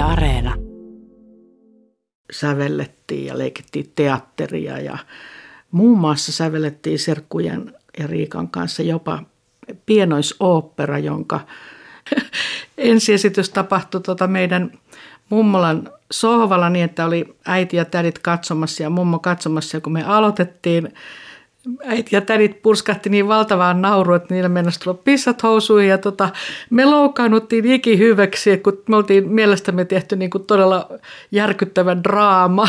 Areena. Sävellettiin ja leikittiin teatteria ja muun muassa sävellettiin serkkujen ja Riikan kanssa jopa pienoisooppera, jonka ensiesitys tapahtui meidän mummolan sohvalla niin, että oli äiti ja tädit katsomassa ja mummo katsomassa. Ja kun me aloitettiin, äiti ja tädit purskahti niin valtavaan nauruun, että niillä mennessä tulla pissat housuihin. Ja me loukkaannuttiin ikihyväksi, kun me oltiin mielestämme tehty niin kuin todella järkyttävä draama.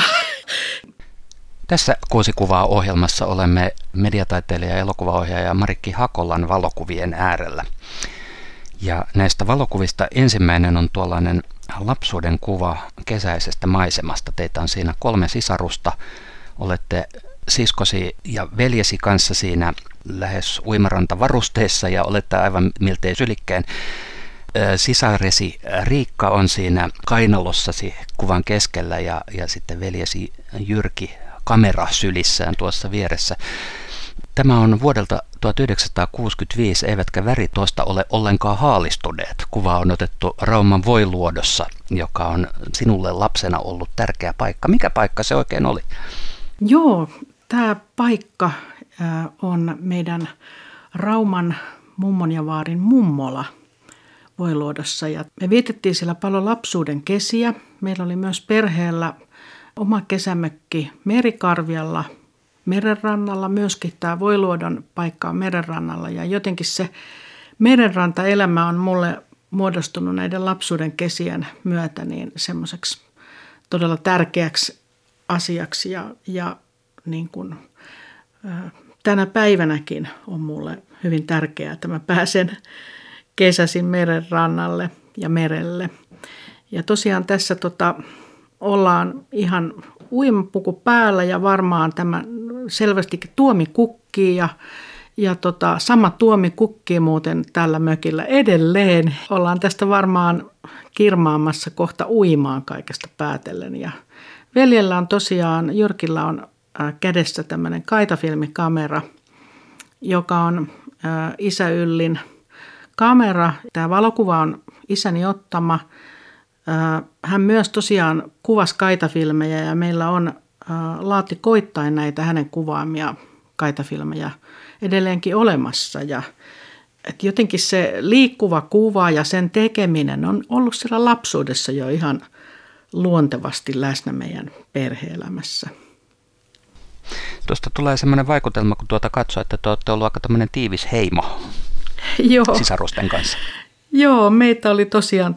Tässä Kuusikuvaa ohjelmassa olemme mediataiteilija ja elokuvaohjaaja Marikki Hakolan valokuvien äärellä. Ja näistä valokuvista ensimmäinen on tuollainen lapsuuden kuva kesäisestä maisemasta. Teitä on siinä 3 sisarusta. Olette siskosi ja veljesi kanssa siinä lähes uimarantavarusteessa ja olette aivan miltei sylikkään. Sisaresi Riikka on siinä kainalossasi kuvan keskellä ja sitten veljesi Jyrki kamera sylissään tuossa vieressä. Tämä on vuodelta 1965, eivätkä värit tuosta ole ollenkaan haalistuneet. Kuva on otettu Rauman Voiluodossa, joka on sinulle lapsena ollut tärkeä paikka. Mikä paikka se oikein oli? Joo, tämä paikka on meidän Rauman mummon ja vaarin mummola Voiluodossa. Ja me vietettiin siellä paljon lapsuuden kesiä. Meillä oli myös perheellä oma kesämökki Merikarvialla, merenrannalla. Myöskin tämä Voiluodon paikka on merenrannalla ja jotenkin se merenrantaelämä on mulle muodostunut näiden lapsuuden kesien myötä niin semmoiseksi todella tärkeäksi asiaksi ja niin kuin, tänä päivänäkin on mulle hyvin tärkeää, että mä pääsen kesäisin merenrannalle ja merelle. Ja tosiaan tässä ollaan ihan uimapuku päällä ja varmaan tämä selvästikin Tuomi kukkii ja sama Tuomi kukkii muuten tällä mökillä edelleen. Ollaan tästä varmaan kirmaamassa kohta uimaan kaikesta päätellen. Ja veljellä on tosiaan, Jyrkillä on kädessä tämmöinen kaitafilmikamera, joka on isä Yllin kamera. Tämä valokuva on isäni ottama. Hän myös tosiaan kuvasi kaitafilmejä ja meillä on laatikoittain näitä hänen kuvaamia kaitafilmejä edelleenkin olemassa. Ja, jotenkin se liikkuva kuva ja sen tekeminen on ollut siellä lapsuudessa jo ihan luontevasti läsnä meidän perhe-elämässä. Tuosta tulee semmoinen vaikutelma, kun katsoo, että te olette ollut aika tämmöinen tiivis heimo sisarusten kanssa. Joo, meitä oli tosiaan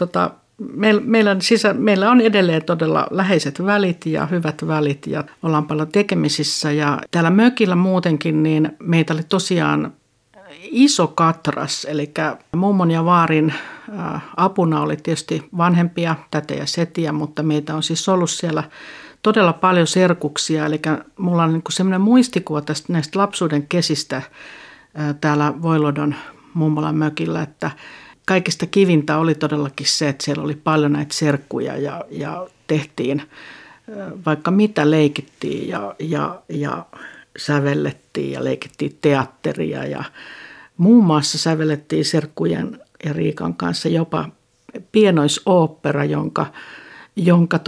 Meillä on edelleen todella läheiset välit ja hyvät välit ja ollaan paljon tekemisissä. Ja täällä mökillä muutenkin niin meitä oli tosiaan iso katras, eli mummon ja vaarin apuna oli tietysti vanhempia, tätejä ja setiä, mutta meitä on siis ollut siellä todella paljon serkuksia. Eli mulla on niin semmoinen muistikuva näistä lapsuuden kesistä täällä Voiluodon mummolan mökillä, että kaikista kivintä oli todellakin se, että siellä oli paljon näitä serkkuja ja tehtiin vaikka mitä, leikittiin ja sävellettiin ja leikittiin teatteria. Ja muun muassa sävellettiin serkkujen ja Riikan kanssa jopa pienoisooppera, jonka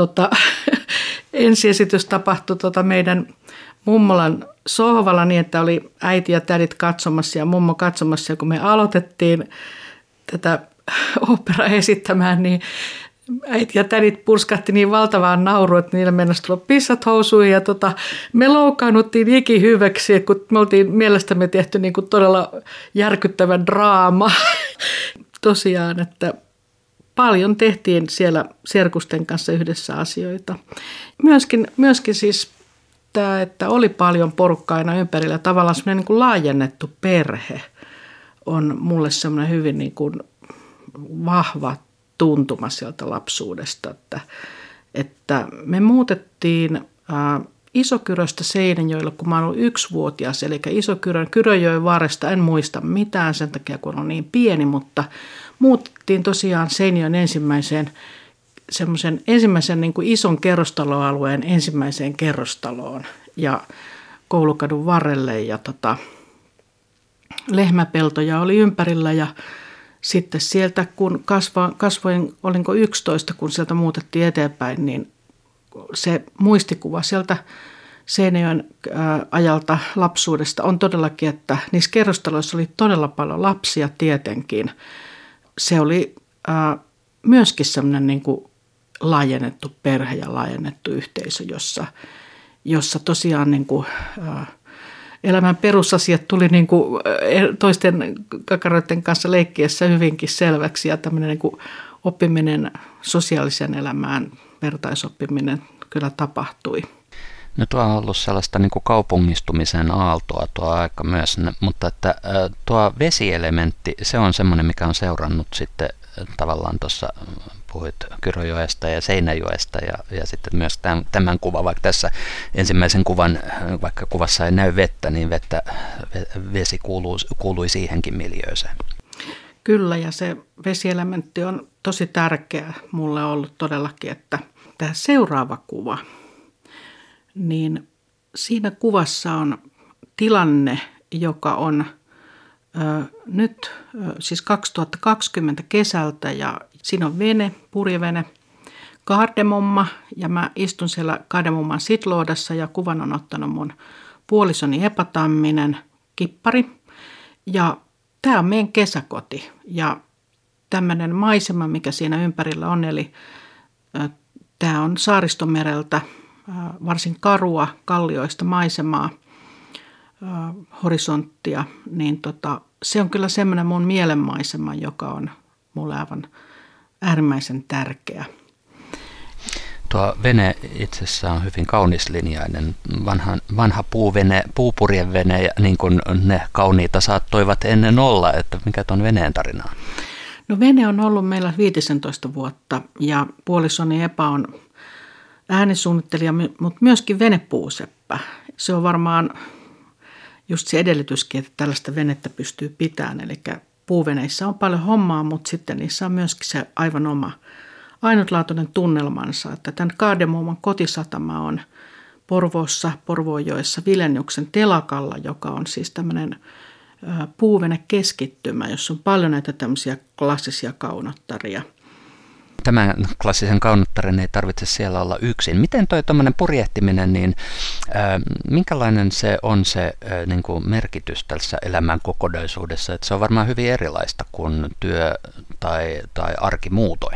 ensiesitys tapahtui meidän mummolan sohvalla niin, että oli äiti ja tädit katsomassa ja mummo katsomassa. Ja kun me aloitettiin tätä oopperaa esittämään, niin äiti ja tädit purskahti niin valtavaan nauruun, että niillä mennessä tulla pissat housuihin. Ja me loukkaannuttiin ikihyväksi, kun me oltiin mielestämme tehty niin kuin todella järkyttävä draama. Tosiaan, että paljon tehtiin siellä serkusten kanssa yhdessä asioita. Myöskin siis tämä, että oli paljon porukkaa aina ympärillä, tavallaan semmoinen niin kuin laajennettu perhe on mulle semmoinen hyvin niin kuin vahva tuntuma sieltä lapsuudesta, että me muutettiin Isokyröstä Seinäjoelle, kun mä olin 1-vuotias, eli Kyrönjoen varresta en muista mitään sen takia, kun on niin pieni, mutta muutettiin tosiaan Seinäjoen ensimmäisen niin kuin ison kerrostaloalueen ensimmäiseen kerrostaloon ja Koulukadun varrelle ja lehmäpeltoja oli ympärillä ja sitten sieltä, kun kasvoin, olinko 11, kun sieltä muutettiin eteenpäin, niin se muistikuva sieltä Seinäjoen ajalta lapsuudesta on todellakin, että niissä kerrostaloissa oli todella paljon lapsia tietenkin. Se oli myöskin semmoinen niin kuin laajennettu perhe ja laajennettu yhteisö, jossa tosiaan niin kuin, elämän perusasiat tuli niin kuin toisten kakaroiden kanssa leikkiessä hyvinkin selväksi ja tämmöinen niin kuin oppiminen sosiaalisen elämään, vertaisoppiminen kyllä tapahtui. No tuo on ollut sellaista niin kuin kaupungistumisen aaltoa tuo aika myös, mutta että tuo vesielementti, se on semmoinen, mikä on seurannut sitten tavallaan tuossa, puhuit Kyröjoesta ja Seinäjoesta ja sitten myös tämän kuvan, vaikka tässä ensimmäisen kuvan, vaikka kuvassa ei näy vettä, niin vesi kuului siihenkin miljööseen. Kyllä, ja se vesielementti on tosi tärkeä mulle ollut todellakin, että tämä seuraava kuva, niin siinä kuvassa on tilanne, joka on nyt siis 2020 kesältä ja siinä on vene, purjevene, Kardemumma ja mä istun siellä Kardemumman sitloodassa ja kuvan on ottanut mun puolisoni Epa Tamminen, kippari ja tämä on meidän kesäkoti ja tämmöinen maisema, mikä siinä ympärillä on, eli tämä on Saaristomereltä varsin karua kallioista maisemaa, horisonttia, niin se on kyllä semmoinen mun mielenmaisema, joka on mulle aivan äärimmäisen tärkeä. Tuo vene itsessään on hyvin kaunislinjainen, vanha puupurjevene, niin kuin ne kauniita saattoivat ennen olla, että mikä tuon veneen tarina on? No vene on ollut meillä 15 vuotta ja puolisoni Epa on äänisuunnittelija, mutta myöskin venepuuseppä. Se on varmaan just se edellytyskin, että tällaista venettä pystyy pitämään. Eli puuveneissä on paljon hommaa, mutta sitten niissä on myöskin se aivan oma ainutlaatuinen tunnelmansa. Että tämän Kardemumman kotisatama on Porvoossa, Porvoonjoessa Vilenjuksen telakalla, joka on siis tämmöinen puuvenekeskittymä, jossa on paljon näitä tämmöisiä klassisia kaunottaria. Tämän klassisen kaunottaren ei tarvitse siellä olla yksin. Miten toi tuommoinen purjehtiminen, niin minkälainen se on se niin kuin merkitys tässä elämän kokonaisuudessa? Että se on varmaan hyvin erilaista kuin työ tai arki muutoin.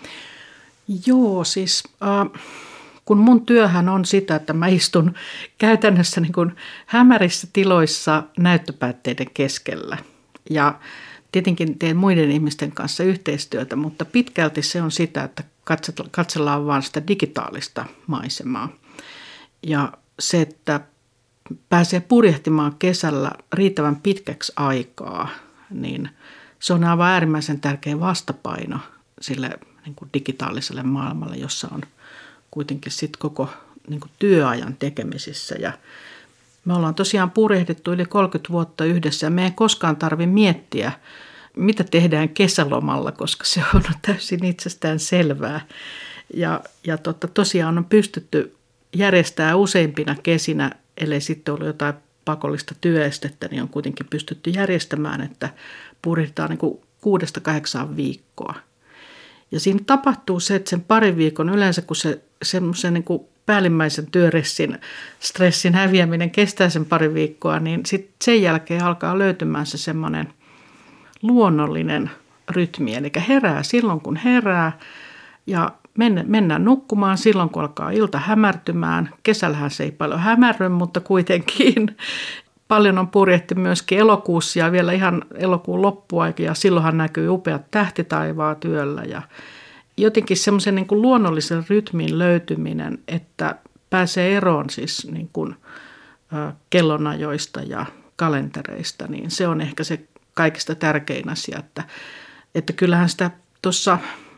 Joo, siis kun mun työhän on sitä, että mä istun käytännössä niin kuin hämärissä tiloissa näyttöpäätteiden keskellä ja tietenkin teen muiden ihmisten kanssa yhteistyötä, mutta pitkälti se on sitä, että katsellaan vaan sitä digitaalista maisemaa. Ja se, että pääsee purjehtimaan kesällä riittävän pitkäksi aikaa, niin se on aivan äärimmäisen tärkeä vastapaino sille niin kuin digitaaliselle maailmalle, jossa on kuitenkin sit koko niin kuin työajan tekemisissä. Ja me ollaan tosiaan purjehdittu yli 30 vuotta yhdessä ja me ei koskaan tarvitse miettiä, mitä tehdään kesälomalla, koska se on täysin itsestään selvää. Ja tosiaan on pystytty järjestämään useimpina kesinä, ellei sitten ollut jotain pakollista työestettä, niin on kuitenkin pystytty järjestämään, että purjehditaan niin kuin 6-8 viikkoa. Ja siinä tapahtuu se, että sen parin viikon yleensä, kun se semmoisen niin kuin päällimmäisen stressin häviäminen kestää sen pari viikkoa, niin sitten sen jälkeen alkaa löytymään se semmoinen luonnollinen rytmi. Eli herää silloin, kun herää ja mennään nukkumaan silloin, kun alkaa ilta hämärtymään. Kesällähän se ei paljon hämärry, mutta kuitenkin paljon on purjehti myöskin elokuussa ja vielä ihan elokuun loppuaika ja silloinhan näkyy upeat tähtitaivaat yöllä ja jotenkin semmoisen niin kuin luonnollisen rytmin löytyminen, että pääsee eroon siis niin kuin kellonajoista ja kalentereista, niin se on ehkä se kaikista tärkein asia, että kyllähän sitä tuossa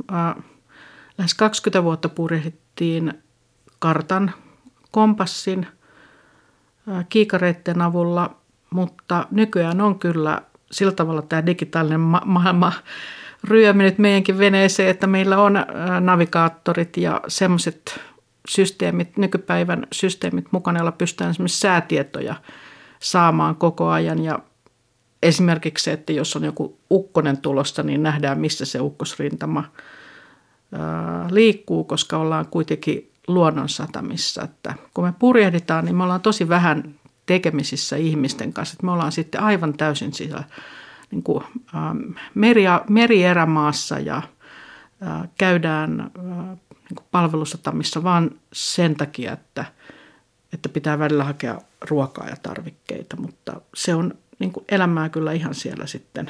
lähes 20 vuotta purjehdittiin kartan, kompassin, kiikareiden avulla, mutta nykyään on kyllä sillä tavalla tämä digitaalinen maailma ryöminyt meidänkin veneeseen, että meillä on navigaattorit ja semmoiset systeemit, nykypäivän systeemit mukana, joilla pystytään esimerkiksi säätietoja saamaan koko ajan. Ja esimerkiksi se, että jos on joku ukkonen tulosta, niin nähdään, missä se ukkosrintama liikkuu, koska ollaan kuitenkin luonnonsatamissa. Että kun me purjehditaan, niin me ollaan tosi vähän tekemisissä ihmisten kanssa. Että me ollaan sitten aivan täysin siellä niin kuin, merierämaassa ja käydään niin kuin palvelusatamissa vaan sen takia, että pitää välillä hakea ruokaa ja tarvikkeita, mutta se on niin kuin elämää kyllä ihan siellä sitten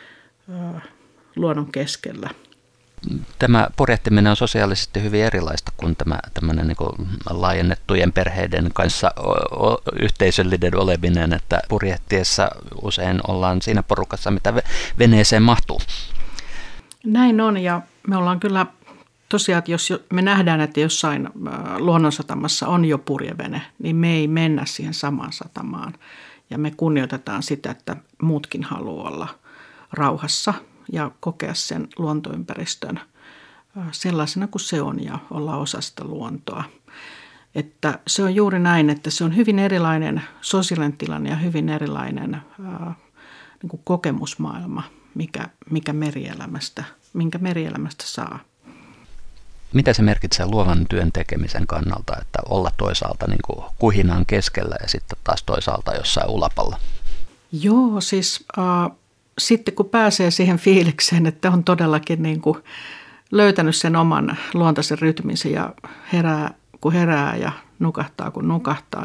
luonnon keskellä. Tämä purjehtiminen on sosiaalisesti hyvin erilaista kuin tämmöinen niin kuin laajennettujen perheiden kanssa yhteisöllinen oleminen, että purjehtiessa usein ollaan siinä porukassa, mitä veneeseen mahtuu. Näin on, ja me ollaan kyllä tosiaan, että jos me nähdään, että jossain luonnonsatamassa on jo purjevene, niin me ei mennä siihen samaan satamaan. Ja me kunnioitetaan sitä, että muutkin haluaa olla rauhassa ja kokea sen luontoympäristön sellaisena kuin se on ja olla osa sitä luontoa. Että se on juuri näin, että se on hyvin erilainen sosiaalinen tilanne ja hyvin erilainen niin kuin kokemusmaailma, minkä merielämästä saa. Mitä se merkitsee luovan työn tekemisen kannalta, että olla toisaalta niin kuin kuhinan keskellä ja sitten taas toisaalta jossain ulapalla? Joo, siis sitten kun pääsee siihen fiilikseen, että on todellakin niin kuin löytänyt sen oman luontaisen rytminsä ja herää kun herää ja nukahtaa kun nukahtaa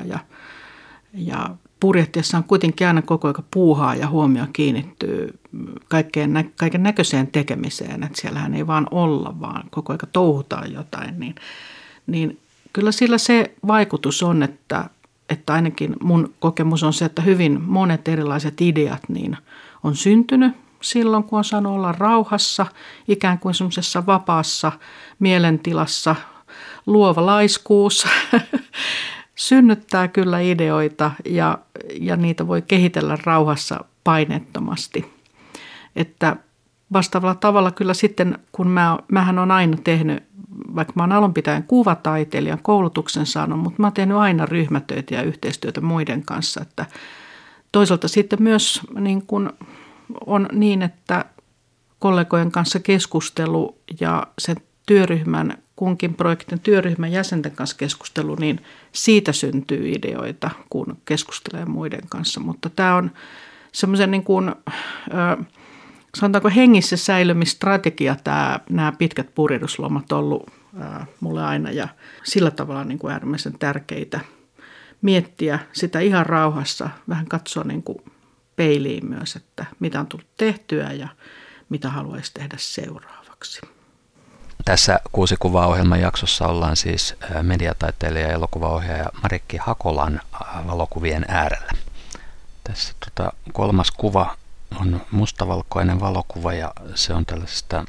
ja purjehtiessa on kuitenkin aina koko ajan puuhaa ja huomio kiinnittyy kaiken näköiseen tekemiseen, että siellähän ei vaan olla, vaan koko ajan touhutaan jotain, niin kyllä sillä se vaikutus on, että ainakin mun kokemus on se, että hyvin monet erilaiset ideat niin on syntynyt silloin, kun on saanut olla rauhassa, ikään kuin semmoisessa vapaassa mielentilassa, luova laiskuus synnyttää kyllä ideoita ja niitä voi kehitellä rauhassa painettomasti. Että vastaavalla tavalla kyllä sitten, kun mähän olen aina tehnyt, vaikka mä olen alun pitäen kuvataiteilijan koulutuksen saanut, mutta mä oon tehnyt aina ryhmätöitä ja yhteistyötä muiden kanssa. Että toisaalta sitten myös niin kun on niin, että kollegojen kanssa keskustelu ja sen työryhmän, kunkin projektin työryhmän jäsenten kanssa keskustelu, niin siitä syntyy ideoita, kun keskustelee muiden kanssa. Mutta tämä on semmoisen niin kuin, sanotaanko hengissä säilymistrategia, nämä pitkät purjehduslomat on ollut mulle aina ja sillä tavalla niin kuin äärimmäisen tärkeitä miettiä sitä ihan rauhassa, vähän katsoa niin kuin peiliin myös, että mitä on tullut tehtyä ja mitä haluaisi tehdä seuraavaksi. Tässä 6 kuvaa -ohjelman jaksossa ollaan siis mediataiteilija ja elokuvaohjaaja Marikki Hakolan valokuvien äärellä. Tässä 3. kuva on mustavalkoinen valokuva ja se on tällaisesta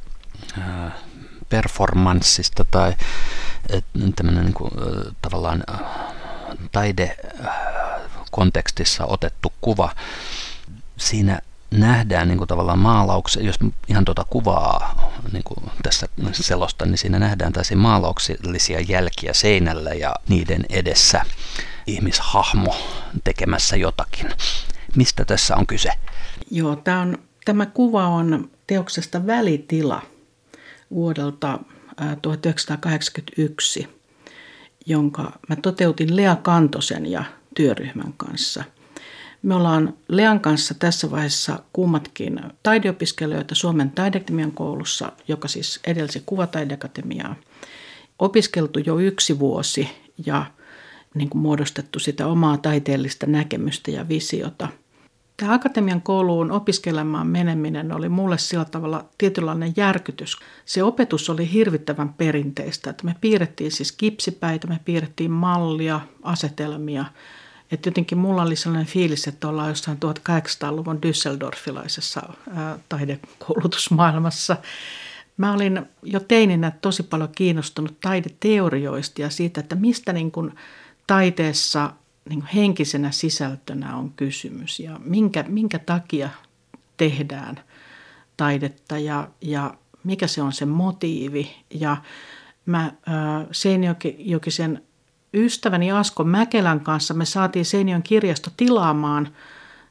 performanssista tai tämmöinen niin kuin, tavallaan taidekontekstissa otettu kuva. Siinä nähdään niin kuin tavallaan maalauksia, jos ihan kuvaa niin kuin tässä selosta, niin siinä nähdään tällaisia maalauksellisia jälkiä seinällä ja niiden edessä ihmishahmo tekemässä jotakin. Mistä tässä on kyse? Joo, tämä kuva on teoksesta Välitila vuodelta 1981, jonka mä toteutin Lea Kantosen ja työryhmän kanssa. Me ollaan Lean kanssa tässä vaiheessa kummatkin taideopiskelijoita Suomen taideakatemian koulussa, joka siis edelsi Kuvataideakatemiaa, opiskeltu jo 1 vuosi ja niin kuin muodostettu sitä omaa taiteellista näkemystä ja visiota. Tämä akatemian kouluun opiskelemaan meneminen oli mulle sillä tavalla tietynlainen järkytys. Se opetus oli hirvittävän perinteistä, että me piirrettiin siis kipsipäitä, me piirrettiin mallia, asetelmia. Että jotenkin mulla oli sellainen fiilis, että ollaan jossain 1800-luvun Düsseldorfilaisessa taidekoulutusmaailmassa. Mä olin jo teininä tosi paljon kiinnostunut taideteorioista ja siitä, että mistä niin kuin taiteessa niin kuin henkisenä sisältönä on kysymys ja minkä takia tehdään taidetta ja mikä se on se motiivi. Ja mä Seinäjokisen ystäväni Asko Mäkelän kanssa me saatiin Seinäjoen kirjasto tilaamaan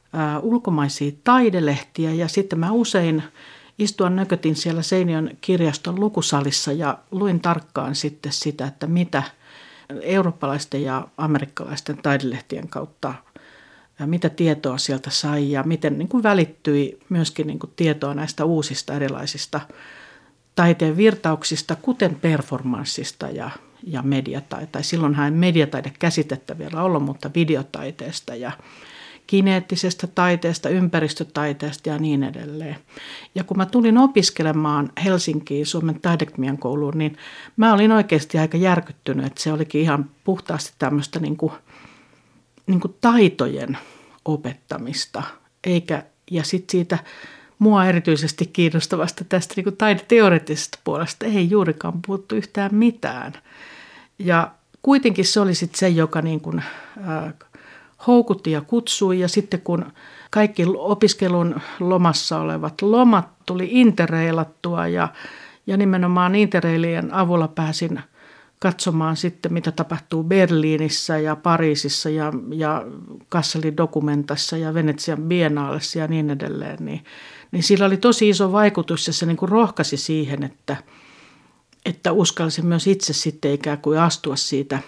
ulkomaisia taidelehtiä ja sitten mä usein nökötin siellä Seinäjoen kirjaston lukusalissa ja luin tarkkaan sitten sitä, että mitä eurooppalaisten ja amerikkalaisten taidelehtien kautta, mitä tietoa sieltä sai ja miten niin kuin välittyi myöskin niin kuin tietoa näistä uusista erilaisista taiteen virtauksista, kuten performanssista ja mediataiteesta. Silloinhan ei mediataide-käsitettä vielä ollut, mutta videotaiteesta ja kineettisestä taiteesta, ympäristötaiteesta ja niin edelleen. Ja kun mä tulin opiskelemaan Helsinkiin Suomen taidekemian kouluun, niin mä olin oikeasti aika järkyttynyt, että se olikin ihan puhtaasti tämmöistä niin kuin taitojen opettamista. Ja sitten siitä mua erityisesti kiinnostavasta tästä niin kuin taideteoreettisesta puolesta ei juurikaan puhuttu yhtään mitään. Ja kuitenkin se oli sitten se, joka niin kuin, houkutti ja kutsui, ja sitten kun kaikki opiskelun lomassa olevat lomat tuli interreilattua ja nimenomaan interreilien avulla pääsin katsomaan sitten, mitä tapahtuu Berliinissä ja Pariisissa ja Kasselin Dokumentassa ja Venetsian Biennaalessa ja niin edelleen, niin sillä oli tosi iso vaikutus ja se niin kuin rohkaisi siihen, että uskalsin myös itse sitten ikään kuin astua siitä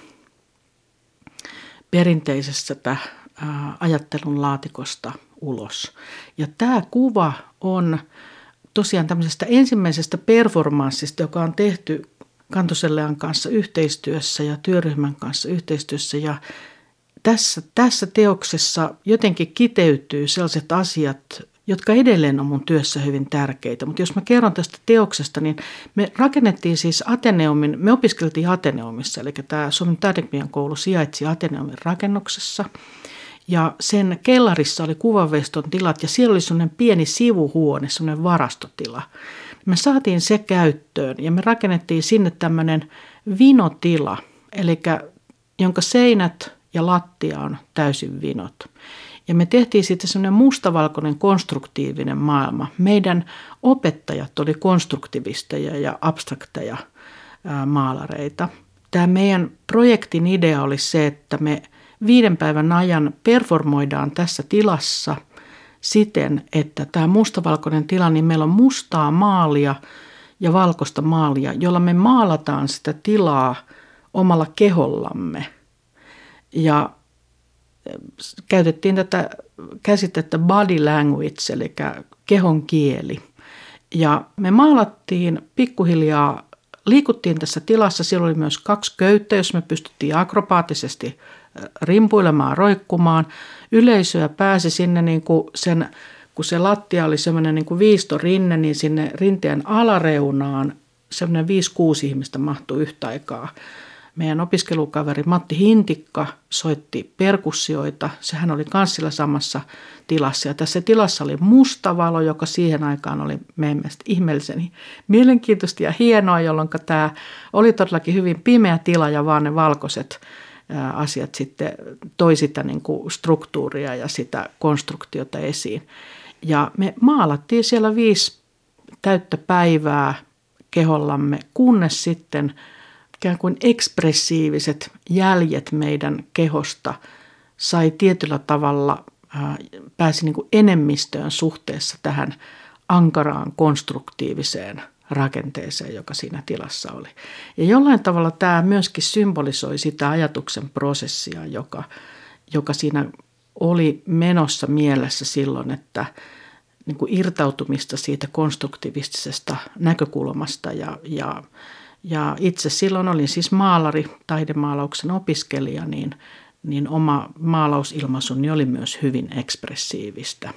perinteisestä ajattelun laatikosta ulos. Ja tämä kuva on tosiaan tämmöisestä ensimmäisestä performanssista, joka on tehty Kantosellean kanssa yhteistyössä ja työryhmän kanssa yhteistyössä. Ja tässä teoksessa jotenkin kiteytyy sellaiset asiat, jotka edelleen on mun työssä hyvin tärkeitä. Mutta jos mä kerron tästä teoksesta, niin me rakennettiin siis me opiskeltiin Ateneumissa, eli tämä Suomen taidekemian koulu sijaitsi Ateneumin rakennuksessa. Ja sen kellarissa oli kuvanveiston tilat ja siellä oli semmoinen pieni sivuhuone, semmoinen varastotila. Me saatiin se käyttöön ja me rakennettiin sinne tämmöinen vinotila, eli jonka seinät ja lattia on täysin vinot. Ja me tehtiin siitä semmoinen mustavalkoinen konstruktiivinen maailma. Meidän opettajat oli konstruktivisteja ja abstrakteja maalareita. Tämä meidän projektin idea oli se, että me 5 päivän ajan performoidaan tässä tilassa siten, että tämä mustavalkoinen tila, niin meillä on mustaa maalia ja valkoista maalia, jolla me maalataan sitä tilaa omalla kehollamme. Ja käytettiin tätä käsitettä body language, eli kehon kieli. Ja me maalattiin pikkuhiljaa, liikuttiin tässä tilassa, siellä oli myös 2 köyttä, jos me pystyttiin akrobaattisesti rimpuilemaan, roikkumaan. Yleisöä pääsi sinne, niin kuin kun se lattia oli semmoinen niin kuin viistorinne, niin sinne rinteen alareunaan semmoinen 5-6 ihmistä mahtui yhtä aikaa. Meidän opiskelukaveri Matti Hintikka soitti perkussioita. Sehän oli myös sillä samassa tilassa. Ja tässä tilassa oli musta valo, joka siihen aikaan oli meidän mielestä ihmeellisen mielenkiintoista ja hienoa, jolloin tämä oli todellakin hyvin pimeä tila ja vaan ne valkoiset asiat sitten toi sitä niin kuin struktuuria ja sitä konstruktiota esiin. Ja me maalattiin siellä 5 täyttä päivää kehollamme, kunnes sitten ikään kuin ekspressiiviset jäljet meidän kehosta sai tietyllä tavalla, pääsi niin kuin enemmistöön suhteessa tähän ankaraan konstruktiiviseen rakenteeseen, joka siinä tilassa oli. Ja jollain tavalla tämä myöskin symbolisoi sitä ajatuksen prosessia, joka siinä oli menossa mielessä silloin, että niin kuin irtautumista siitä konstruktivistisesta näkökulmasta ja itse silloin olin siis maalari, taidemaalauksen opiskelija, niin oma maalausilmaisuni oli myös hyvin ekspressiivistä.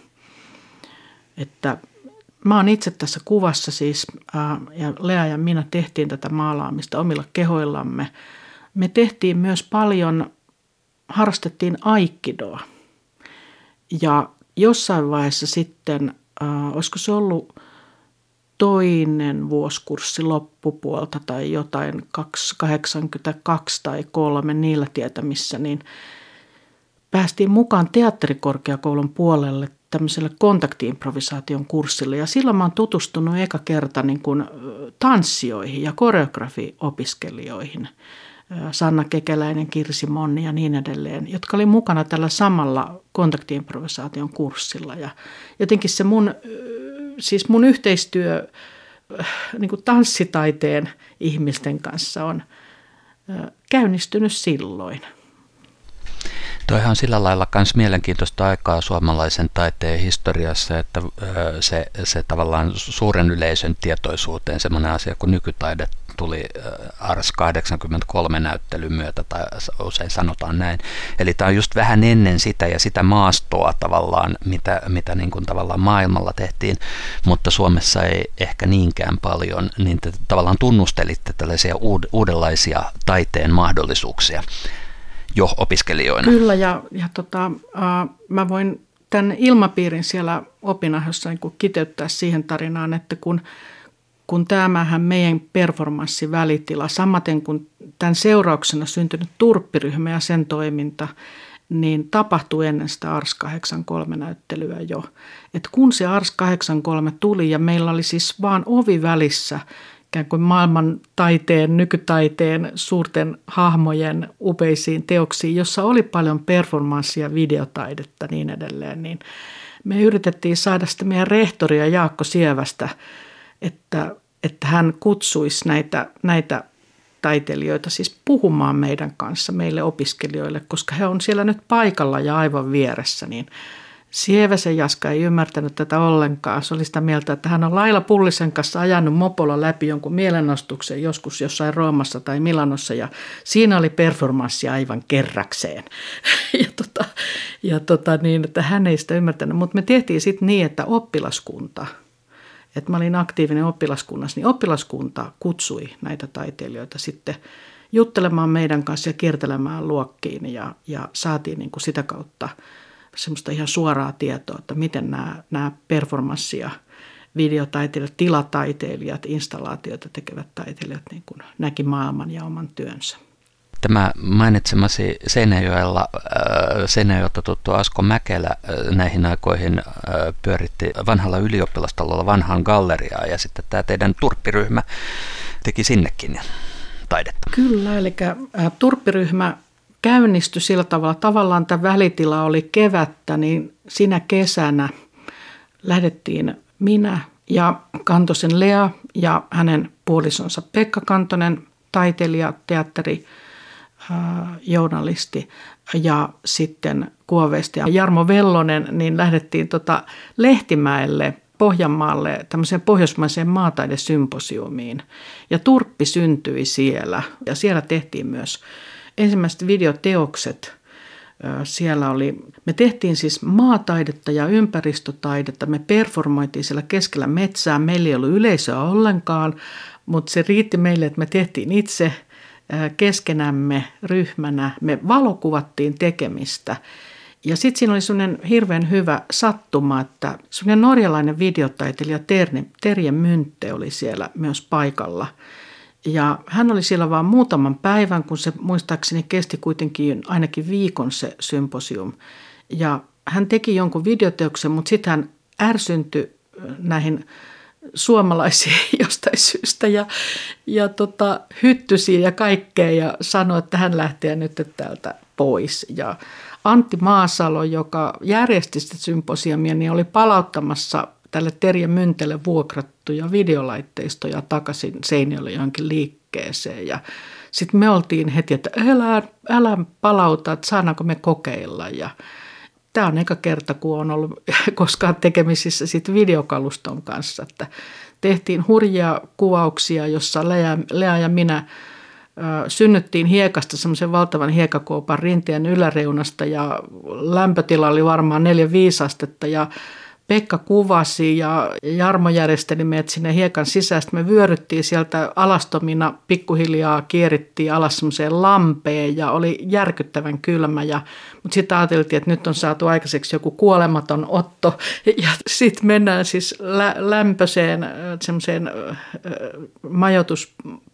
Että mä oon itse tässä kuvassa siis, ja Lea ja minä tehtiin tätä maalaamista omilla kehoillamme. Me tehtiin myös paljon, harrastettiin aikidoa. Ja jossain vaiheessa sitten, olisiko se ollut toinen vuosikurssi loppupuolta tai jotain 82 tai 3 niillä tietämissä, niin päästiin mukaan teatterikorkeakoulun puolelle tämmöiselle kontakti-improvisaation kurssille. Ja silloin mä oon tutustunut eka kerta niin kuin tanssijoihin ja koreografiopiskelijoihin. Sanna Kekäläinen, Kirsi Monni ja niin edelleen, jotka oli mukana tällä samalla kontaktiimprovisaation kurssilla. Ja jotenkin se mun yhteistyö niin kuin tanssitaiteen ihmisten kanssa on käynnistynyt silloin. Toihan on sillä lailla myös mielenkiintoista aikaa suomalaisen taiteen historiassa, että se tavallaan suuren yleisön tietoisuuteen semmoinen asia kuin nykytaide tuli Ars 83 näyttelyn myötä, tai usein sanotaan näin. Eli tämä on just vähän ennen sitä ja sitä maastoa tavallaan, mitä niin kuin tavallaan maailmalla tehtiin, mutta Suomessa ei ehkä niinkään paljon, niin te tavallaan tunnustelitte tällaisia uudenlaisia taiteen mahdollisuuksia jo opiskelijoina. Kyllä, ja mä voin tämän ilmapiirin siellä opinahjossa niin kuin kiteyttää siihen tarinaan, että kun tämähän meidän performanssivälitila, samaten kuin tämän seurauksena syntynyt turppiryhmä ja sen toiminta, niin tapahtui ennen sitä Ars 83-näyttelyä jo. Et kun se Ars 83 tuli ja meillä oli siis vaan ovi välissä, ikään kuin maailman taiteen, nykytaiteen, suurten hahmojen upeisiin teoksiin, jossa oli paljon performanssia, videotaidetta niin edelleen, niin me yritettiin saada sitä meidän rehtoria Jaakko Sievästä, että hän kutsuisi näitä taiteilijoita siis puhumaan meidän kanssa, meille opiskelijoille, koska he on siellä nyt paikalla ja aivan vieressä, niin Sieväsen Jaska ei ymmärtänyt tätä ollenkaan. Se oli sitä mieltä, että hän on Laila Pullisen kanssa ajanut mopolla läpi jonkun mielenostuksen joskus jossain Roomassa tai Milanossa ja siinä oli performanssi aivan kerrakseen. Niin, että hän ei sitä ymmärtänyt, mutta me tehtiin sitten niin, että oppilaskunta, että mä olin aktiivinen oppilaskunnassa, niin oppilaskunta kutsui näitä taiteilijoita sitten juttelemaan meidän kanssa ja kiertelemään luokkiin ja saatiin niin kuin sitä kautta semmoista ihan suoraa tietoa, että miten nämä performanssi- ja videotaiteilijat, tilataiteilijat, installaatioita tekevät taiteilijat niin kuin näki maailman ja oman työnsä. Tämä mainitsemasi Seinäjoelta tuttu Asko Mäkelä näihin aikoihin pyöritti vanhalla ylioppilastalolla vanhaan galleriaa ja sitten tämä teidän turppiryhmä teki sinnekin taidetta. Kyllä, eli turppiryhmä käynnistyi sillä tavalla, tavallaan tämä välitila oli kevättä, niin sinä kesänä lähdettiin minä ja Kantosen Lea ja hänen puolisonsa Pekka Kantonen, taiteilija, teatteri, journalisti ja sitten Kuoveista ja Jarmo Vellonen, niin lähdettiin Lehtimäelle Pohjanmaalle tämmöiseen pohjoismaiseen maataidesymposiumiin ja turppi syntyi siellä ja siellä tehtiin myös ensimmäiset videoteokset. Me tehtiin siis maataidetta ja ympäristötaidetta, me performoitiin siellä keskellä metsää, meillä ei ollut yleisöä ollenkaan, mutta se riitti meille, että me tehtiin itse keskenämme ryhmänä, me valokuvattiin tekemistä. Ja sitten siinä oli sellainen hirveän hyvä sattuma, että sellainen norjalainen videotaiteilija Terje Myntte oli siellä myös paikalla. Ja hän oli siellä vain muutaman päivän, kun se muistaakseni kesti kuitenkin ainakin viikon se symposium. Ja hän teki jonkun videoteoksen, mutta sitten hän ärsyntyi näihin suomalaisiin jostain syystä ja hyttysiä ja kaikkea ja sanoi, että hän lähtee nyt täältä pois. Ja Antti Maasalo, joka järjesti sitä symposiumia, niin oli palauttamassa tälle Terje Myntelle vuokrattuja videolaitteistoja takaisin Seinäjoelle johonkin liikkeeseen. Ja sitten me oltiin heti, että älä palauta, että saadaanko me kokeilla. Ja tämä on eka kerta, kun on ollut koskaan tekemisissä sit videokaluston kanssa. Että tehtiin hurjia kuvauksia, jossa Lea ja minä synnyttiin hiekasta semmoisen valtavan hiekakoopan rinteen yläreunasta ja lämpötila oli varmaan 4-5 astetta ja Pekka kuvasi ja Jarmo järjesteli meidät sinne hiekan sisään. Me vyöryttiin sieltä alastomina, pikkuhiljaa kierittiin alas semmoiseen lampeen ja oli järkyttävän kylmä. Mutta sitten ajateltiin, että nyt on saatu aikaiseksi joku kuolematon otto. Ja sitten mennään siis lämpöiseen semmoiseen majoituspalvelukseen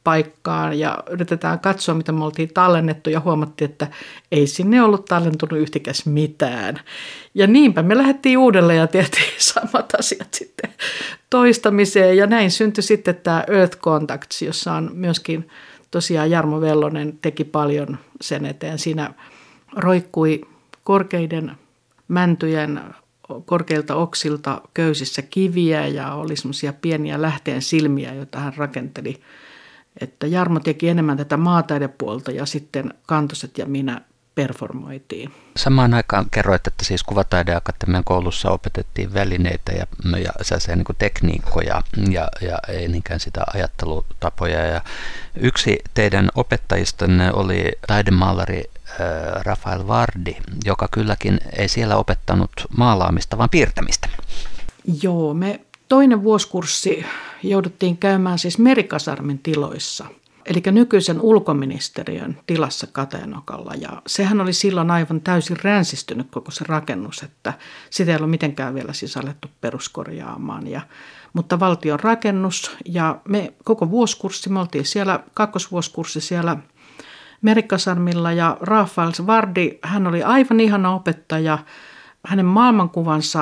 paikkaan ja yritetään katsoa, mitä me oltiin tallennettu ja huomattiin, että ei sinne ollut tallentunut yhtikäs mitään. Ja niinpä me lähdettiin uudelleen ja tehtiin samat asiat sitten toistamiseen ja näin syntyi sitten tämä Earth Contacts, jossa on myöskin tosiaan Jarmo Vellonen teki paljon sen eteen. Siinä roikkui korkeiden mäntyjen korkeilta oksilta köysissä kiviä ja oli semmoisia pieniä lähteen silmiä, joita hän rakenteli. Että Jarmo teki enemmän tätä maataidepuolta ja sitten Kantoset ja minä performoitiin. Samaan aikaan kerroit, että siis Kuvataideakatemian koulussa opetettiin välineitä ja sellaisia niin kuin tekniikkoja ja ei niinkään sitä ajattelutapoja. Ja yksi teidän opettajistanne oli taidemaalari Rafael Vardi, joka kylläkin ei siellä opettanut maalaamista, vaan piirtämistä. Joo, me toinen vuosikurssi jouduttiin käymään siis Merikasarmin tiloissa, eli nykyisen ulkoministeriön tilassa Kateenokalla. Ja sehän oli silloin aivan täysin ränsistynyt koko se rakennus, että sitä ei ollut mitenkään vielä siis alettu peruskorjaamaan. Mutta valtion rakennus ja me koko vuosikurssi, me oltiin siellä, kakkosvuosikurssi siellä Merikasarmilla ja Rafael Vardi, hän oli aivan ihana opettaja. Hänen maailmankuvansa,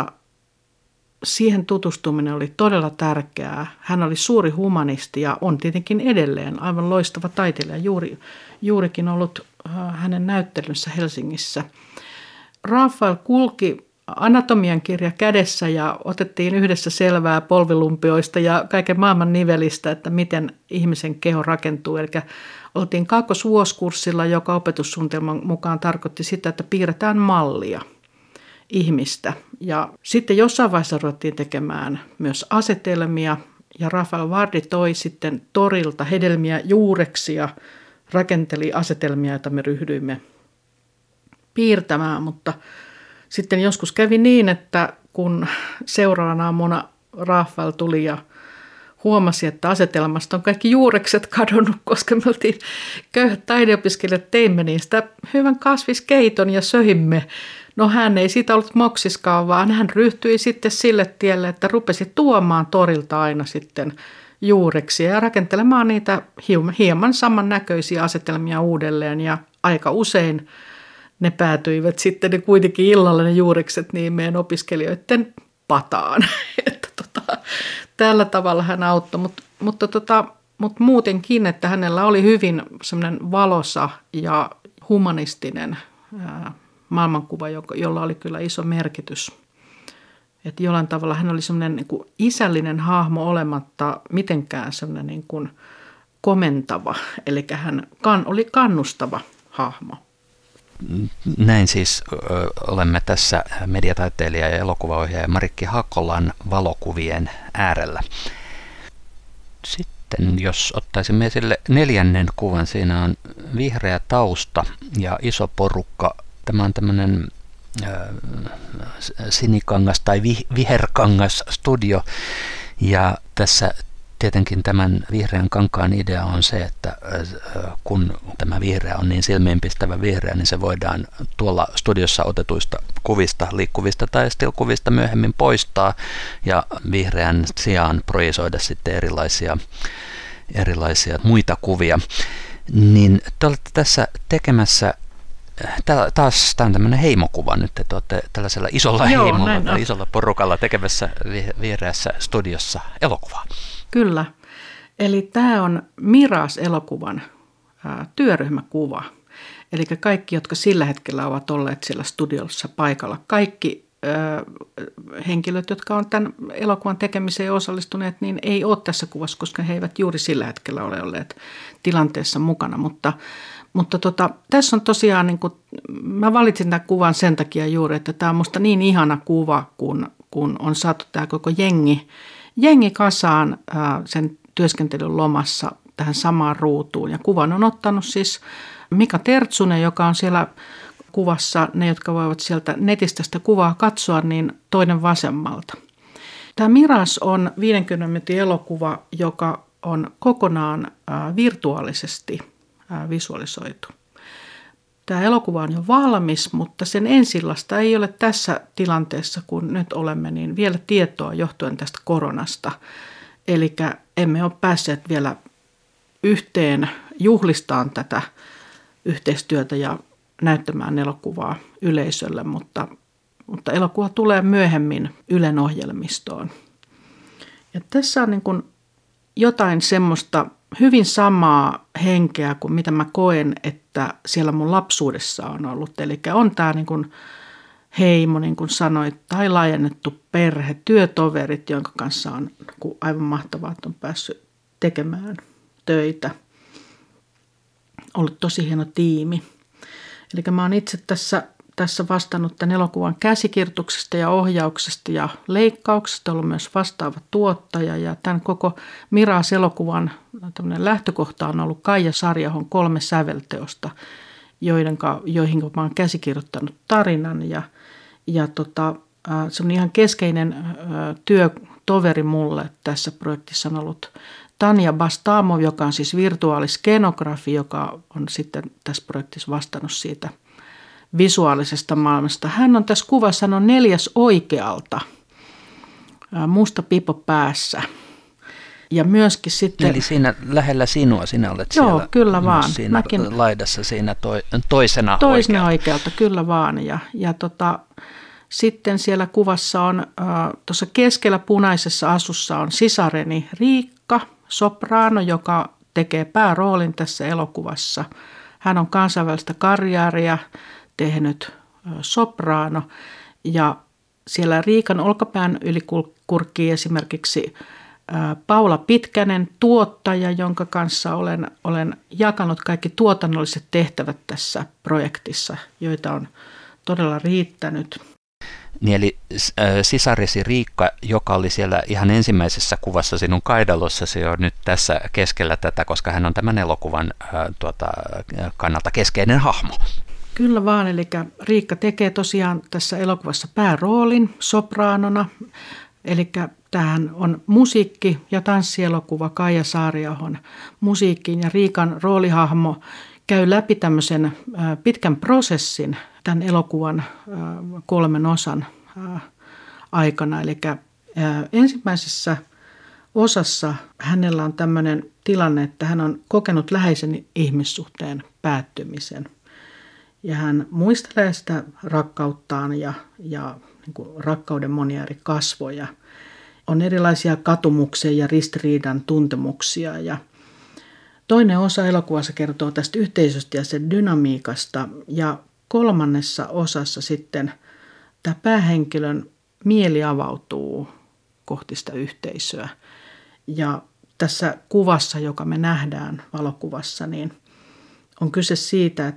siihen tutustuminen oli todella tärkeää. Hän oli suuri humanisti ja on tietenkin edelleen aivan loistava taiteilija. Juurikin ollut hänen näyttelynsä Helsingissä. Rafael kulki anatomian kirja kädessä ja otettiin yhdessä selvää polvilumpioista ja kaiken maailman nivelistä, että miten ihmisen keho rakentuu. Eli oltiin kakkosvuosikurssilla, joka opetussuunnitelman mukaan tarkoitti sitä, että piirretään mallia ihmistä. Ja sitten jossain vaiheessa ruvettiin tekemään myös asetelmia ja Rafael Vardi toi sitten torilta hedelmiä juureksi ja rakenteli asetelmia, joita me ryhdyimme piirtämään, mutta sitten joskus kävi niin, että kun seuraavana aamuna Rafael tuli ja huomasi, että asetelmasta on kaikki juurekset kadonnut, koska me oltiin köyhät taideopiskelijat, teimme niistä hyvän kasviskeiton ja söimme. No hän ei siitä ollut moksiskaan, vaan hän ryhtyi sitten sille tielle, että rupesi tuomaan torilta aina sitten juureksia ja rakentelemaan niitä hieman samannäköisiä asetelmia uudelleen ja aika usein ne päätyivät sitten ne kuitenkin illalla ne juurekset niin meidän opiskelijoiden pataan. Että tällä tavalla hän auttoi, mutta muutenkin, että hänellä oli hyvin semmoinen valoisa ja humanistinen maailmankuva, jolla oli kyllä iso merkitys. Että jollain tavalla hän oli semmoinen niin kuin isällinen hahmo olematta mitenkään semmoinen niin kuin komentava, eli hän oli kannustava hahmo. Näin siis olemme tässä mediataiteilija ja elokuvaohjaaja Marikki Hakolan valokuvien äärellä. Sitten jos ottaisimme esille neljännen kuvan, siinä on vihreä tausta ja iso porukka. Tämä on tämmöinen sinikangas tai viherkangas studio ja tässä tietenkin tämän vihreän kankaan idea on se, että kun tämä vihreä on niin silmiinpistävä vihreä, niin se voidaan tuolla studiossa otetuista kuvista, liikkuvista tai still-kuvista myöhemmin poistaa ja vihreän sijaan projisoida sitten erilaisia muita kuvia. Niin te olette tässä tekemässä, taas tämä on tämmöinen heimokuva nyt, että olette tällaisella isolla heimolla tai isolla porukalla tekemässä vihreässä studiossa elokuvaa. Kyllä. Eli tämä on Miras-elokuvan työryhmäkuva. Eli kaikki, jotka sillä hetkellä ovat olleet siellä studiossa paikalla, kaikki henkilöt, jotka on tämän elokuvan tekemiseen osallistuneet, niin ei ole tässä kuvassa, koska he eivät juuri sillä hetkellä ole olleet tilanteessa mukana. Mutta tässä on tosiaan, niin kuin, mä valitsin tämän kuvan sen takia juuri, että tämä on musta niin ihana kuva, kun on saatu tämä koko jengi kasaan sen työskentelyn lomassa tähän samaan ruutuun. Ja kuvan on ottanut siis Mika Tertsunen, joka on siellä kuvassa, ne jotka voivat sieltä netistä sitä kuvaa katsoa, niin toinen vasemmalta. Tämä Miras on 50 minuutin elokuva, joka on kokonaan virtuaalisesti visualisoitu. Tämä elokuva on jo valmis, mutta sen ensillasta ei ole tässä tilanteessa, kun nyt olemme, niin vielä tietoa johtuen tästä koronasta. Eli emme ole päässeet vielä yhteen juhlistaan tätä yhteistyötä ja näyttämään elokuvaa yleisölle, mutta elokuva tulee myöhemmin Ylen ohjelmistoon. Ja tässä on niin kuin jotain semmoista hyvin samaa henkeä kuin mitä mä koen, että siellä mun lapsuudessa on ollut. Eli on tämä niin kuin heimo, niin kuin sanoit, tai laajennettu perhe, työtoverit, jonka kanssa on aivan mahtavaa, että on päässyt tekemään töitä. Ollut tosi hieno tiimi. Eli mä oon itse tässä vastannut tämän elokuvan käsikirjoituksesta ja ohjauksesta ja leikkauksesta, ollut myös vastaava tuottaja. Ja tämän koko Miras-elokuvan lähtökohta on ollut Kaija Sarjahon 3 sävelteosta, joihin mä oon käsikirjoittanut tarinan. Se on ihan keskeinen työtoveri mulle tässä projektissa on ollut Tanja Bastamov, joka on siis virtuaaliskenografi, joka on sitten tässä projektissa vastannut siitä visuaalisesta maailmasta. Hän on tässä kuvassa, hän on 4. oikealta, musta pipo päässä. Ja myöskin sitten... Eli siinä lähellä sinua, sinä olet siellä. Joo, kyllä vaan. Siinä laidassa siinä toisena oikealta. Kyllä vaan. Sitten siellä kuvassa on, tuossa keskellä punaisessa asussa on sisareni Riikka, sopraano, joka tekee pääroolin tässä elokuvassa. Hän on kansainvälistä karjääriä tehnyt sopraano ja siellä Riikan olkapään yli kurkkii esimerkiksi Paula Pitkänen, tuottaja, jonka kanssa olen jakanut kaikki tuotannolliset tehtävät tässä projektissa, joita on todella riittänyt. Niin eli sisaresi Riikka, joka oli siellä ihan ensimmäisessä kuvassa sinun kaidalossasi, on nyt tässä keskellä tätä, koska hän on tämän elokuvan kannalta keskeinen hahmo. Kyllä vaan, eli Riikka tekee tosiaan tässä elokuvassa pääroolin sopraanona, eli tämähän on musiikki- ja tanssielokuva Kaija Saariahon musiikkiin ja Riikan roolihahmo käy läpi tämmöisen pitkän prosessin tämän elokuvan 3 osan aikana. Eli ensimmäisessä osassa hänellä on tämmöinen tilanne, että hän on kokenut läheisen ihmissuhteen päättymisen. Ja hän muistelee sitä rakkauttaan ja niin kuin rakkauden monia eri kasvoja. On erilaisia katumuksia ja ristiriidan tuntemuksia ja toinen osa elokuvassa kertoo tästä yhteisöstä ja sen dynamiikasta ja 3. osassa sitten tämä päähenkilön mieli avautuu kohti sitä yhteisöä. Ja tässä kuvassa, joka me nähdään valokuvassa, niin on kyse siitä,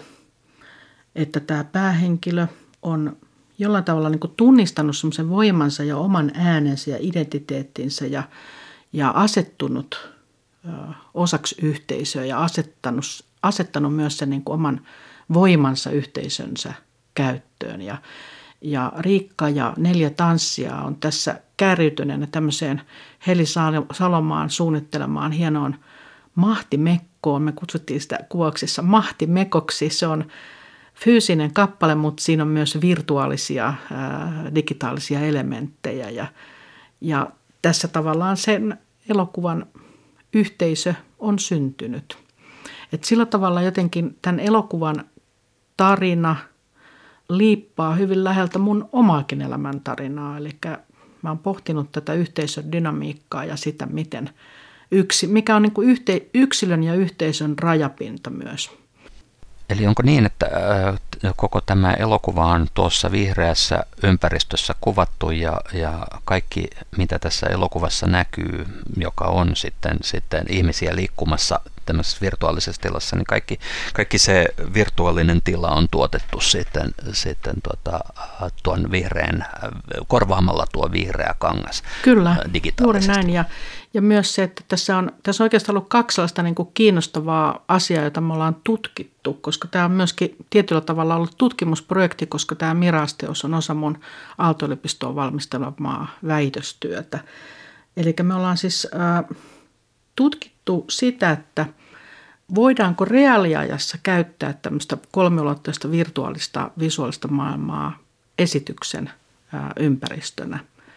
että tämä päähenkilö on jollain tavalla niin kuin tunnistanut semmoisen voimansa ja oman äänensä ja identiteettinsä ja asettunut osaksi yhteisöä ja asettanut myös sen niin kuin oman voimansa yhteisönsä käyttöön. Ja Riikka ja 4 tanssia on tässä kärrytyneenä tämmöiseen Heli Salomaan suunnittelemaan hienoon mahtimekkoon. Me kutsuttiin sitä kuvauksissa mahtimekoksi. Se on fyysinen kappale, mutta siinä on myös virtuaalisia digitaalisia elementtejä. Ja tässä tavallaan sen elokuvan yhteisö on syntynyt. Et sillä tavalla jotenkin tämän elokuvan tarina liippaa hyvin läheltä mun omaakin elämäntarinaa. Eli mä oon pohtinut tätä yhteisön dynamiikkaa ja sitä, mikä on niin kuin yksilön ja yhteisön rajapinta myös. Eli onko niin, että koko tämä elokuva on tuossa vihreässä ympäristössä kuvattu ja kaikki, mitä tässä elokuvassa näkyy, joka on sitten ihmisiä liikkumassa tämmöisessä virtuaalisessa tilassa, niin kaikki se virtuaalinen tila on tuotettu sitten tuon vihreän, korvaamalla tuo vihreä kangas. Kyllä, juuri näin. Ja myös se, että tässä on oikeastaan ollut 2 sellaista niin kuin kiinnostavaa asiaa, jota me ollaan tutkittu, koska tämä on myöskin tietyllä tavalla ollut tutkimusprojekti, koska tämä Miras-teos on osa mun Aalto-yliopistoon valmistelemaa väitöstyötä. Eli me ollaan siis tutkittu sitä, että voidaanko reaaliajassa käyttää tämmöistä 3-ulotteista virtuaalista visuaalista maailmaa esityksen ympäristönä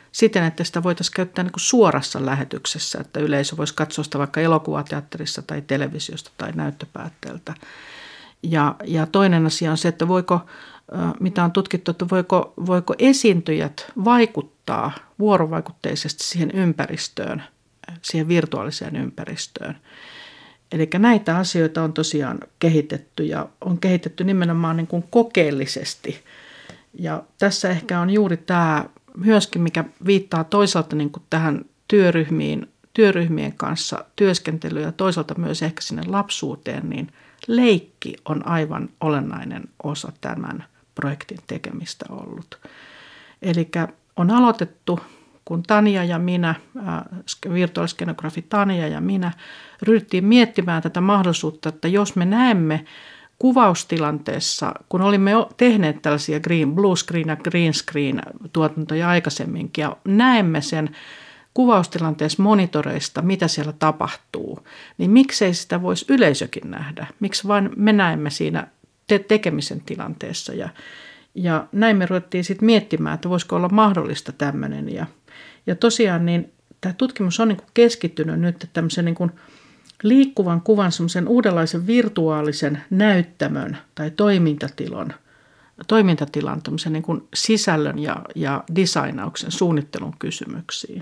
siten, että sitä voitaisiin käyttää niin kuin suorassa lähetyksessä, että yleisö voisi katsoa sitä vaikka elokuvateatterissa tai televisiosta tai näyttöpäätteeltä. Ja toinen asia on se, että mitä on tutkittu, että voiko esiintyjät vaikuttaa vuorovaikutteisesti siihen ympäristöön, siihen virtuaaliseen ympäristöön. Eli näitä asioita on tosiaan kehitetty ja on kehitetty nimenomaan niin kuin kokeellisesti. Ja tässä ehkä on juuri tämä myöskin, mikä viittaa toisaalta niin kuin tähän työryhmien kanssa työskentelyyn ja toisaalta myös ehkä sinne lapsuuteen, niin leikki on aivan olennainen osa tämän projektin tekemistä ollut. Eli on aloitettu, kun Tanja ja minä, virtuaaliskenografi Tanja ja minä, ryhdyttiin miettimään tätä mahdollisuutta, että jos me näemme kuvaustilanteessa, kun olimme jo tehneet tällaisia blue screen ja green screen tuotantoja aikaisemminkin, ja näemme sen kuvaustilanteessa monitoreista, mitä siellä tapahtuu, niin miksei sitä voisi yleisökin nähdä? Miksi vain me näemme siinä tekemisen tilanteessa? Ja näin me ruvettiin sitten miettimään, että voisiko olla mahdollista tämmöinen. Ja tosiaan niin tämä tutkimus on niin kuin keskittynyt nyt tämmöisen niin kuin liikkuvan kuvan semmoisen uudenlaisen virtuaalisen näyttämön tai toimintatilan tämmöisen niin kuin sisällön ja designauksen suunnittelun kysymyksiin.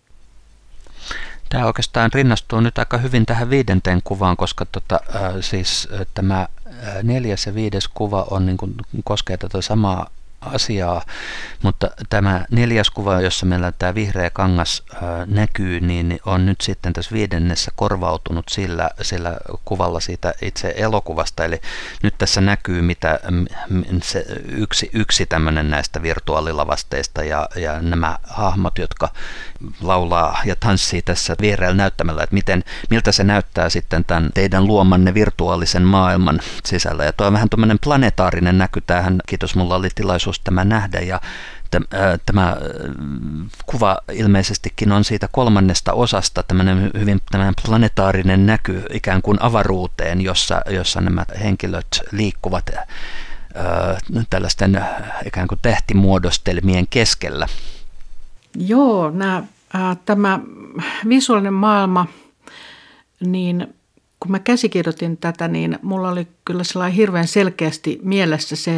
Tämä oikeastaan rinnastuu nyt aika hyvin tähän 5. kuvaan, koska tämä 4. ja 5. kuva on, niin kuin, koskee tätä samaa asiaa, mutta tämä 4. kuva, jossa meillä tämä vihreä kangas näkyy, niin on nyt sitten tässä 5. korvautunut sillä kuvalla siitä itse elokuvasta, eli nyt tässä näkyy mitä se yksi tämmöinen näistä virtuaalilavasteista ja nämä hahmot, jotka laulaa ja tanssii tässä viereellä näyttämällä, että miltä se näyttää sitten tämän teidän luomanne virtuaalisen maailman sisällä. Ja tuo on vähän tuommoinen planetaarinen näky tähän, kiitos, mulla oli tilaisuus tämä nähdä, ja tämä kuva ilmeisestikin on siitä 3. osasta tämmöinen hyvin planetaarinen näky ikään kuin avaruuteen, jossa nämä henkilöt liikkuvat tällaisten ikään kuin tähtimuodostelmien keskellä. Joo, tämä visuaalinen maailma, niin kun mä käsikirjoitin tätä, niin mulla oli kyllä sellainen hirveän selkeästi mielessä se,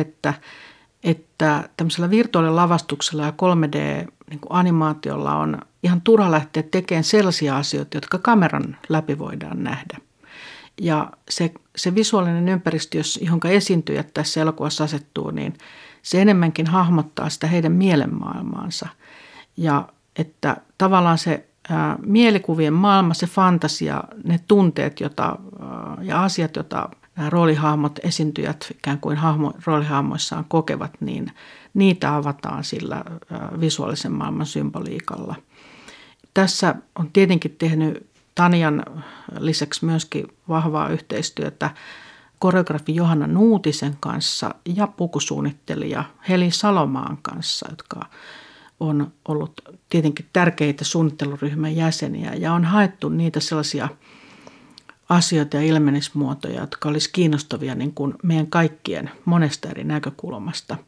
että tämmöisellä virtuaalilavastuksella ja 3D-animaatiolla on ihan turha lähteä tekemään sellaisia asioita, jotka kameran läpi voidaan nähdä. Ja se visuaalinen ympäristö, johonka esiintyjät tässä elokuvassa asettuu, niin se enemmänkin hahmottaa sitä heidän mielenmaailmaansa. Ja että tavallaan se mielikuvien maailma, se fantasia, ne tunteet ja asiat, joita nämä roolihahmot, esiintyjät ikään kuin roolihahmoissaan kokevat, niin niitä avataan sillä visuaalisen maailman symboliikalla. Tässä on tietenkin tehnyt Tanjan lisäksi myöskin vahvaa yhteistyötä koreografi Johanna Nuutisen kanssa ja pukusuunnittelija Heli Salomaan kanssa, jotka on ollut tietenkin tärkeitä suunnitteluryhmän jäseniä ja on haettu niitä sellaisia asioita ja ilmenismuotoja, jotka olisi kiinnostavia niin kuin meidän kaikkien monesta eri näkökulmasta.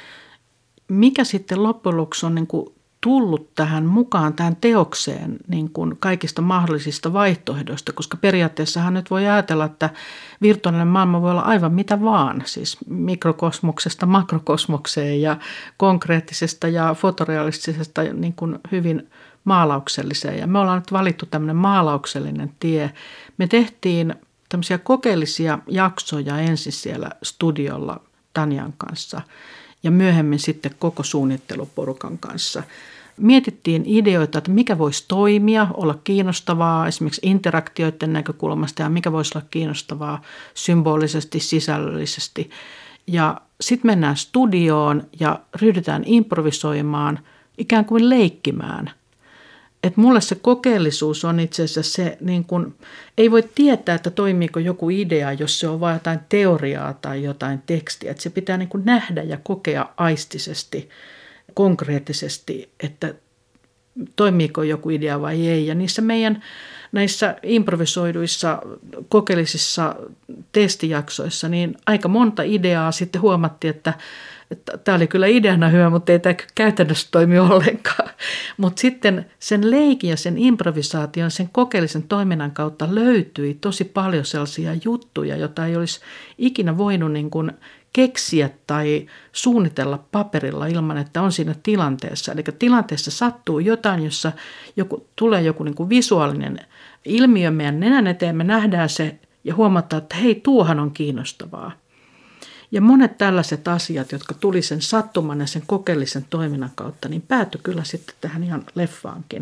Mikä sitten loppujen lopuksi on niin kuin tullut tähän mukaan, tähän teokseen niin kuin kaikista mahdollisista vaihtoehdoista, koska periaatteessahan nyt voi ajatella, että virtuaalinen maailma voi olla aivan mitä vaan, siis mikrokosmoksesta makrokosmokseen ja konkreettisesta ja fotorealistisesta niin kuin hyvin maalaukselliseen. Ja me ollaan nyt valittu tämmöinen maalauksellinen tie. Me tehtiin tämmöisiä kokeellisia jaksoja ensin siellä studiolla Tanjan kanssa ja myöhemmin sitten koko suunnitteluporukan kanssa. Mietittiin ideoita, että mikä voisi toimia, olla kiinnostavaa esimerkiksi interaktioiden näkökulmasta ja mikä voisi olla kiinnostavaa symbolisesti, sisällöllisesti. Ja sitten mennään studioon ja ryhdytään improvisoimaan, ikään kuin leikkimään. Että mulle se kokeellisuus on itse asiassa se, niin kun, ei voi tietää, että toimiiko joku idea, jos se on vain jotain teoriaa tai jotain tekstiä. Että se pitää niin kun nähdä ja kokea aistisesti, konkreettisesti, että toimiiko joku idea vai ei. Ja näissä improvisoiduissa kokeellisissa testijaksoissa niin aika monta ideaa sitten huomattiin, että tämä oli kyllä ideana hyvä, mutta ei tämä käytännössä toimi ollenkaan. Mutta sitten sen leikin ja sen improvisaation, sen kokeellisen toiminnan kautta löytyi tosi paljon sellaisia juttuja, joita ei olisi ikinä voinut niin kuin keksiä tai suunnitella paperilla ilman, että on siinä tilanteessa. Eli tilanteessa sattuu jotain, jossa tulee joku niin kuin visuaalinen ilmiö meidän nenän eteen, me nähdään se ja huomataan, että hei, tuohan on kiinnostavaa. Ja monet tällaiset asiat, jotka tuli sen sattuman ja sen kokeellisen toiminnan kautta, niin päätyi kyllä sitten tähän ihan leffaankin.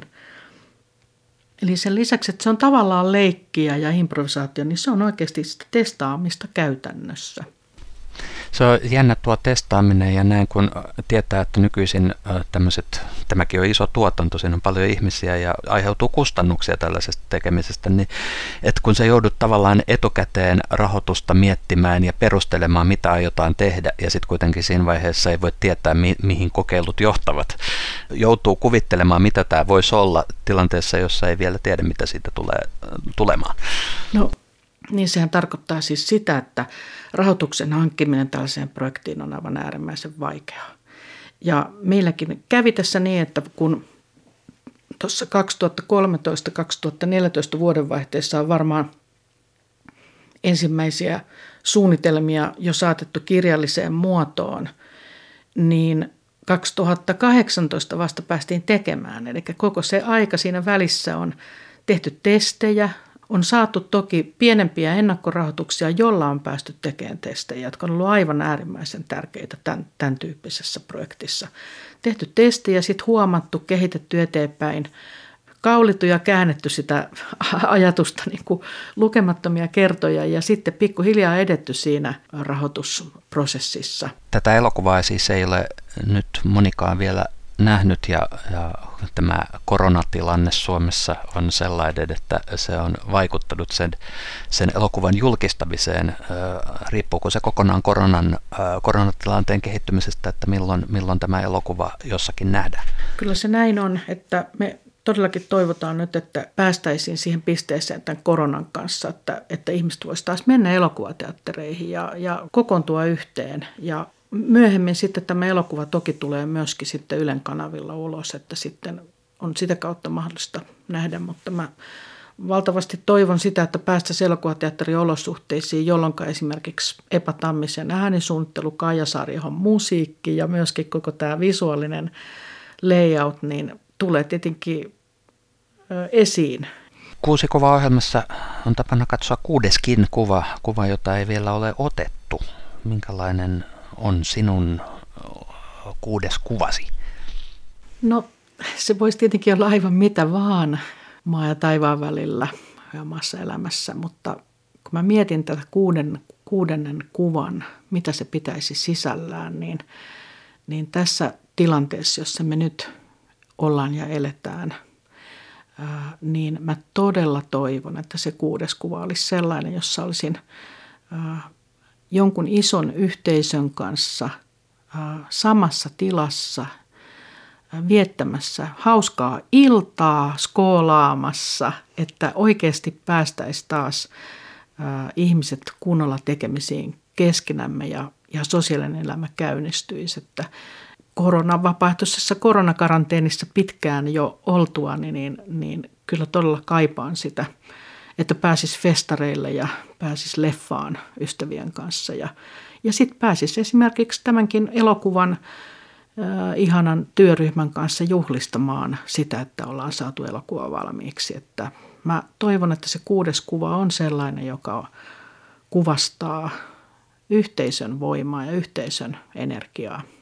Eli sen lisäksi, että se on tavallaan leikkiä ja improvisaatio, niin se on oikeasti sitä testaamista käytännössä. Se on jännä tuo testaaminen ja näin kun tietää, että nykyisin tämäkin on iso tuotanto, siinä on paljon ihmisiä ja aiheutuu kustannuksia tällaisesta tekemisestä, niin että kun sä joudut tavallaan etukäteen rahoitusta miettimään ja perustelemaan, mitä aiotaan tehdä ja sitten kuitenkin siinä vaiheessa ei voi tietää, mihin kokeilut johtavat. Joutuu kuvittelemaan, mitä tämä voisi olla tilanteessa, jossa ei vielä tiedä, mitä siitä tulee tulemaan. No. Niin sehän tarkoittaa siis sitä, että rahoituksen hankkiminen tällaiseen projektiin on aivan äärimmäisen vaikeaa. Ja meilläkin kävi tässä niin, että kun tuossa 2013-2014 vuodenvaihteessa on varmaan ensimmäisiä suunnitelmia jo saatettu kirjalliseen muotoon, niin 2018 vasta päästiin tekemään. Eli koko se aika siinä välissä on tehty testejä, on saatu toki pienempiä ennakkorahoituksia, jolla on päästy tekemään testejä, jotka on ollut aivan äärimmäisen tärkeitä tämän tyyppisessä projektissa. Tehty testejä, sitten huomattu, kehitetty eteenpäin, kaulittu ja käännetty sitä ajatusta niin kuin lukemattomia kertoja ja sitten pikkuhiljaa edetty siinä rahoitusprosessissa. Tätä elokuvaa siis ei ole nyt monikaan vielä nähnyt ja tämä koronatilanne Suomessa on sellainen, että se on vaikuttanut sen elokuvan julkistamiseen. Riippuuko se kokonaan koronatilanteen kehittymisestä, että milloin tämä elokuva jossakin nähdään? Kyllä se näin on, että me todellakin toivotaan nyt, että päästäisiin siihen pisteeseen tämän koronan kanssa, että ihmiset voisivat taas mennä elokuvateattereihin ja kokoontua yhteen. Ja myöhemmin sitten tämä elokuva toki tulee myöskin sitten Ylen kanavilla ulos, että sitten on sitä kautta mahdollista nähdä, mutta mä valtavasti toivon sitä, että päästäisiin elokuvateatterin olosuhteisiin, jolloin esimerkiksi Epa Tammisen äänisuunnittelu, Kaija Saarihon musiikki ja myöskin koko tämä visuaalinen layout, niin tulee tietenkin esiin. Kuusikuva-ohjelmassa on tapana katsoa kuudeskin kuva, jota ei vielä ole otettu. Minkälainen on sinun kuudes kuvasi? No se voisi tietenkin olla aivan mitä vaan maa ja taivaan välillä ja omassa elämässä, mutta kun mä mietin tätä kuudennen kuvan, mitä se pitäisi sisällään, niin tässä tilanteessa, jossa me nyt ollaan ja eletään, niin mä todella toivon, että se kuudes kuva olisi sellainen, jossa olisin jonkun ison yhteisön kanssa samassa tilassa viettämässä hauskaa iltaa, skoolaamassa, että oikeasti päästäisiin taas ihmiset kunnolla tekemisiin keskenämme ja sosiaalinen elämä käynnistyisi. Että vapaaehtoisessa koronakaranteenissa pitkään jo oltuani, niin kyllä todella kaipaan sitä, että pääsisi festareille ja pääsisi leffaan ystävien kanssa. Ja sitten pääsisi esimerkiksi tämänkin elokuvan ihanan työryhmän kanssa juhlistamaan sitä, että ollaan saatu elokuva valmiiksi. Että mä toivon, että se kuudes kuva on sellainen, joka kuvastaa yhteisön voimaa ja yhteisön energiaa.